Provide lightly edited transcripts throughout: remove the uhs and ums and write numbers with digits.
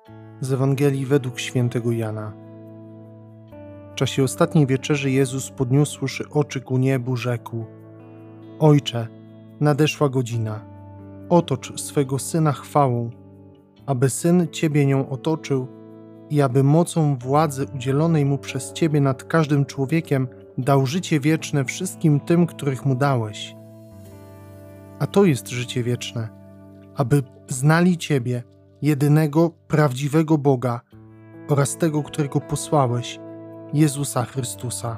Z Ewangelii według świętego Jana. W czasie ostatniej wieczerzy Jezus, podniósłszy oczy ku niebu, rzekł: Ojcze, nadeszła godzina. Otocz swego Syna chwałą, aby Syn Ciebie nią otoczył i aby mocą władzy udzielonej Mu przez Ciebie nad każdym człowiekiem dał życie wieczne wszystkim tym, których Mu dałeś. A to jest życie wieczne, aby znali Ciebie, jedynego, prawdziwego Boga oraz Tego, którego posłałeś, Jezusa Chrystusa.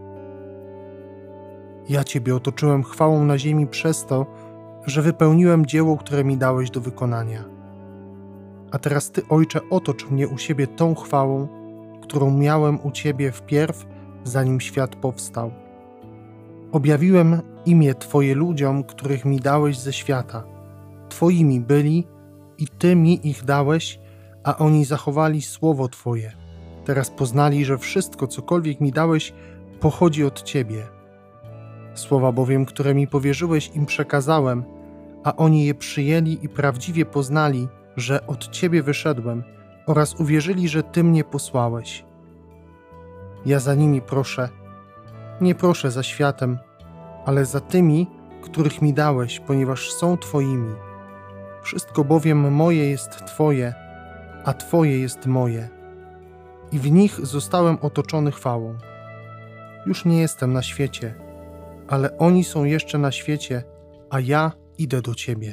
Ja Ciebie otoczyłem chwałą na ziemi przez to, że wypełniłem dzieło, które mi dałeś do wykonania. A teraz Ty, Ojcze, otocz mnie u siebie tą chwałą, którą miałem u Ciebie wpierw, zanim świat powstał. Objawiłem imię Twoje ludziom, których mi dałeś ze świata. Twoimi byli i Ty mi ich dałeś, a oni zachowali słowo Twoje. Teraz poznali, że wszystko, cokolwiek mi dałeś, pochodzi od Ciebie. Słowa bowiem, które mi powierzyłeś, im przekazałem, a oni je przyjęli i prawdziwie poznali, że od Ciebie wyszedłem, oraz uwierzyli, że Ty mnie posłałeś. Ja za nimi proszę, nie proszę za światem, ale za tymi, których mi dałeś, ponieważ są Twoimi. Wszystko bowiem moje jest Twoje, a Twoje jest moje. I w nich zostałem otoczony chwałą. Już nie jestem na świecie, ale oni są jeszcze na świecie, a ja idę do Ciebie.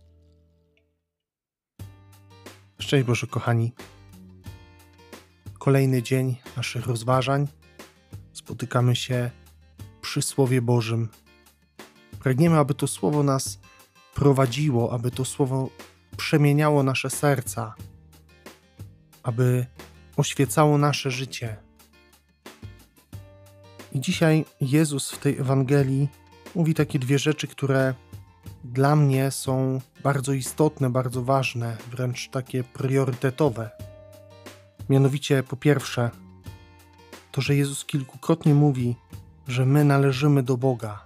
Szczęść Boże, kochani. Kolejny dzień naszych rozważań. Spotykamy się przy Słowie Bożym. Pragniemy, aby to Słowo nas prowadziło, aby to Słowo przemieniało nasze serca, aby oświecało nasze życie. I dzisiaj Jezus w tej Ewangelii mówi takie dwie rzeczy, które dla mnie są bardzo istotne, bardzo ważne, wręcz takie priorytetowe. Mianowicie, po pierwsze, to, że Jezus kilkukrotnie mówi, że my należymy do Boga,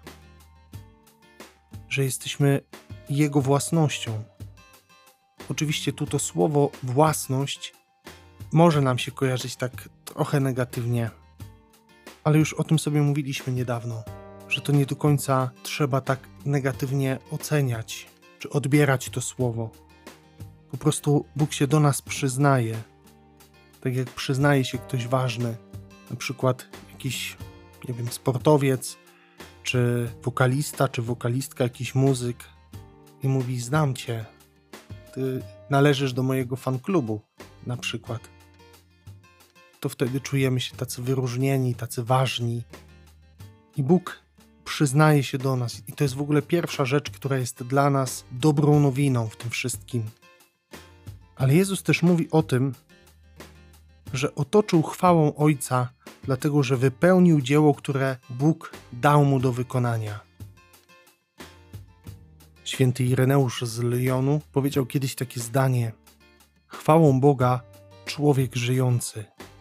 że jesteśmy Jego własnością. Oczywiście tu to słowo własność może nam się kojarzyć tak trochę negatywnie, ale już o tym sobie mówiliśmy niedawno, że to nie do końca trzeba tak negatywnie oceniać, czy odbierać to słowo. Po prostu Bóg się do nas przyznaje, tak jak przyznaje się ktoś ważny, na przykład jakiś, nie wiem, sportowiec, czy wokalista, czy wokalistka, jakiś muzyk i mówi: znam Cię, Ty należysz do mojego fanklubu, na przykład. To wtedy czujemy się tacy wyróżnieni, tacy ważni. I Bóg przyznaje się do nas. I to jest w ogóle pierwsza rzecz, która jest dla nas dobrą nowiną w tym wszystkim. Ale Jezus też mówi o tym, że otoczył chwałą Ojca, dlatego że wypełnił dzieło, które Bóg dał Mu do wykonania. Święty Ireneusz z Lyonu powiedział kiedyś takie zdanie: chwałą Boga człowiek żyjący.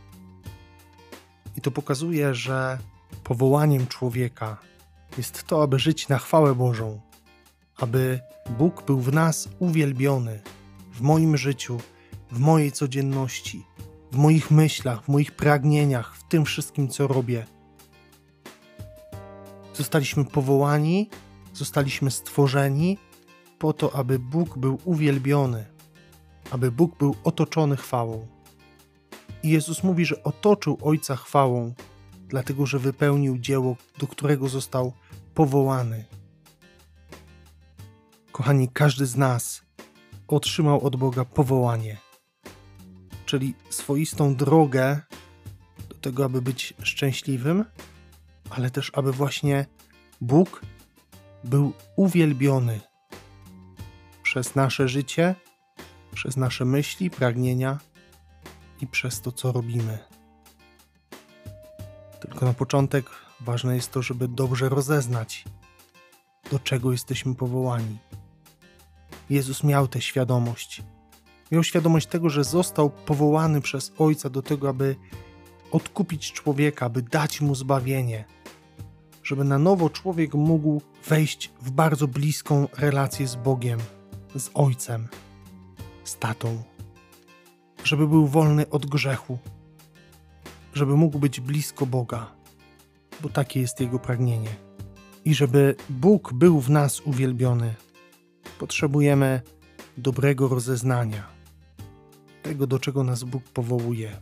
I to pokazuje, że powołaniem człowieka jest to, aby żyć na chwałę Bożą, aby Bóg był w nas uwielbiony, w moim życiu, w mojej codzienności, w moich myślach, w moich pragnieniach, w tym wszystkim, co robię. Zostaliśmy powołani, zostaliśmy stworzeni po to, aby Bóg był uwielbiony, aby Bóg był otoczony chwałą. I Jezus mówi, że otoczył Ojca chwałą, dlatego że wypełnił dzieło, do którego został powołany. Kochani, każdy z nas otrzymał od Boga powołanie, czyli swoistą drogę do tego, aby być szczęśliwym, ale też aby właśnie Bóg był uwielbiony przez nasze życie, przez nasze myśli, pragnienia i przez to, co robimy. Tylko na początek ważne jest to, żeby dobrze rozeznać, do czego jesteśmy powołani. Jezus miał tę świadomość. Miał świadomość tego, że został powołany przez Ojca do tego, aby odkupić człowieka, by dać mu zbawienie, żeby na nowo człowiek mógł wejść w bardzo bliską relację z Bogiem, z Ojcem, z Tatą. żeby był wolny od grzechu, żeby mógł być blisko Boga, bo takie jest Jego pragnienie. I żeby Bóg był w nas uwielbiony, potrzebujemy dobrego rozeznania, tego, do czego nas Bóg powołuje.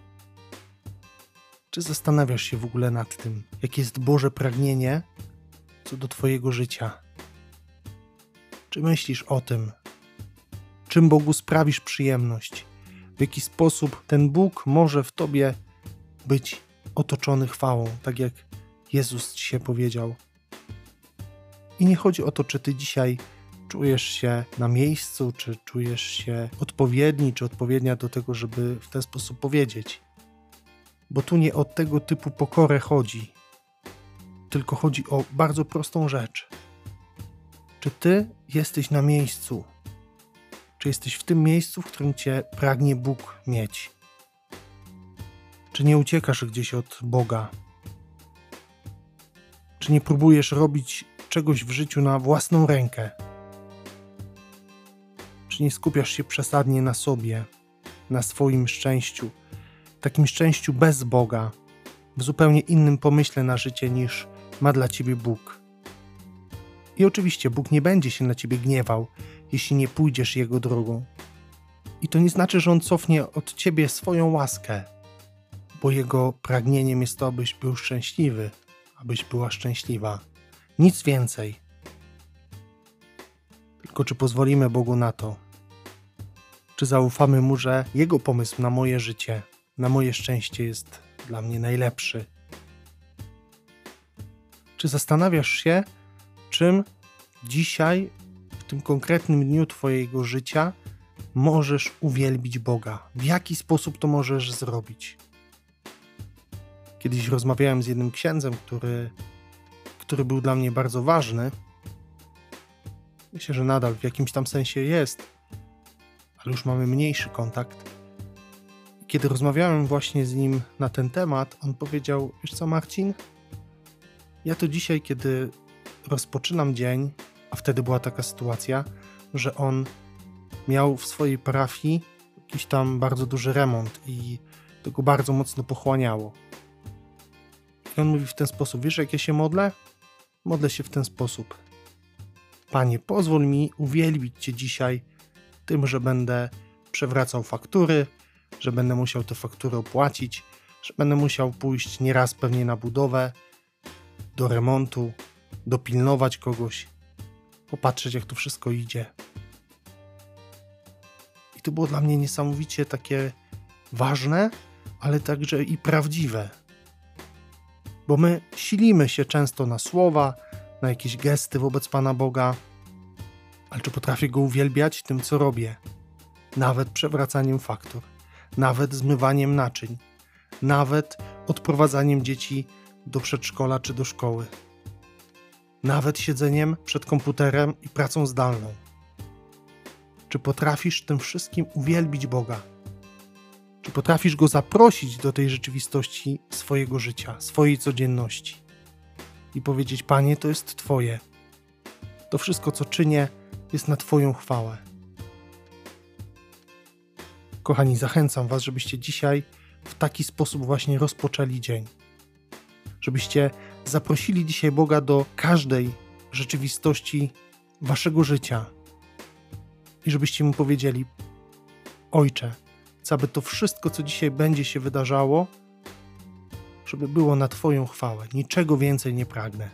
Czy zastanawiasz się w ogóle nad tym, jakie jest Boże pragnienie co do Twojego życia? Czy myślisz o tym, czym Bogu sprawisz przyjemność? W jaki sposób ten Bóg może w Tobie być otoczony chwałą, tak jak Jezus Ci powiedział. I nie chodzi o to, czy Ty dzisiaj czujesz się na miejscu, czy czujesz się odpowiedni, czy odpowiednia do tego, żeby w ten sposób powiedzieć. Bo tu nie o tego typu pokorę chodzi, tylko chodzi o bardzo prostą rzecz. Czy Ty jesteś na miejscu? Czy jesteś w tym miejscu, w którym Cię pragnie Bóg mieć? Czy nie uciekasz gdzieś od Boga? Czy nie próbujesz robić czegoś w życiu na własną rękę? Czy nie skupiasz się przesadnie na sobie, na swoim szczęściu, takim szczęściu bez Boga, w zupełnie innym pomyśle na życie niż ma dla Ciebie Bóg? I oczywiście Bóg nie będzie się na Ciebie gniewał, jeśli nie pójdziesz Jego drogą. I to nie znaczy, że On cofnie od Ciebie swoją łaskę, bo Jego pragnieniem jest to, abyś był szczęśliwy, abyś była szczęśliwa. Nic więcej. Tylko czy pozwolimy Bogu na to? Czy zaufamy Mu, że Jego pomysł na moje życie, na moje szczęście jest dla mnie najlepszy? Czy zastanawiasz się, czym dzisiaj, w tym konkretnym dniu Twojego życia możesz uwielbić Boga? W jaki sposób to możesz zrobić? Kiedyś rozmawiałem z jednym księdzem, który był dla mnie bardzo ważny. Myślę, że nadal w jakimś tam sensie jest, ale już mamy mniejszy kontakt. Kiedy rozmawiałem właśnie z nim na ten temat, on powiedział: wiesz co, Marcin? Ja to dzisiaj, kiedy rozpoczynam dzień, a wtedy była taka sytuacja, że on miał w swojej parafii jakiś tam bardzo duży remont i to go bardzo mocno pochłaniało. I on mówi w ten sposób: wiesz, jak ja się modlę? Modlę się w ten sposób: Panie, pozwól mi uwielbić Cię dzisiaj tym, że będę przewracał faktury, że będę musiał te faktury opłacić, że będę musiał pójść nieraz pewnie na budowę, do remontu, dopilnować kogoś, popatrzeć, jak to wszystko idzie. I to było dla mnie niesamowicie takie ważne, ale także i prawdziwe. Bo my silimy się często na słowa, na jakieś gesty wobec Pana Boga, ale czy potrafię Go uwielbiać tym, co robię? Nawet przewracaniem faktur, nawet zmywaniem naczyń, nawet odprowadzaniem dzieci do przedszkola czy do szkoły, nawet siedzeniem przed komputerem i pracą zdalną. Czy potrafisz tym wszystkim uwielbić Boga? Czy potrafisz Go zaprosić do tej rzeczywistości swojego życia, swojej codzienności i powiedzieć: Panie, to jest Twoje. To wszystko, co czynię, jest na Twoją chwałę. Kochani, zachęcam Was, żebyście dzisiaj w taki sposób właśnie rozpoczęli dzień. Żebyście zaprosili dzisiaj Boga do każdej rzeczywistości Waszego życia i żebyście Mu powiedzieli: Ojcze, chcę, aby to wszystko, co dzisiaj będzie się wydarzało, żeby było na Twoją chwałę. Niczego więcej nie pragnę.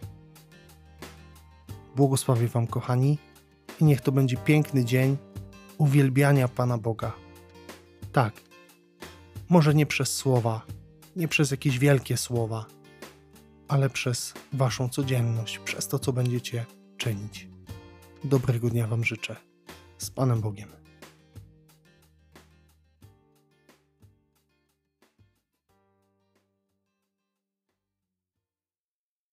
Błogosławię Wam, kochani, i niech to będzie piękny dzień uwielbiania Pana Boga. Tak, może nie przez słowa, nie przez jakieś wielkie słowa, ale przez Waszą codzienność, przez to, co będziecie czynić. Dobrego dnia Wam życzę. Z Panem Bogiem.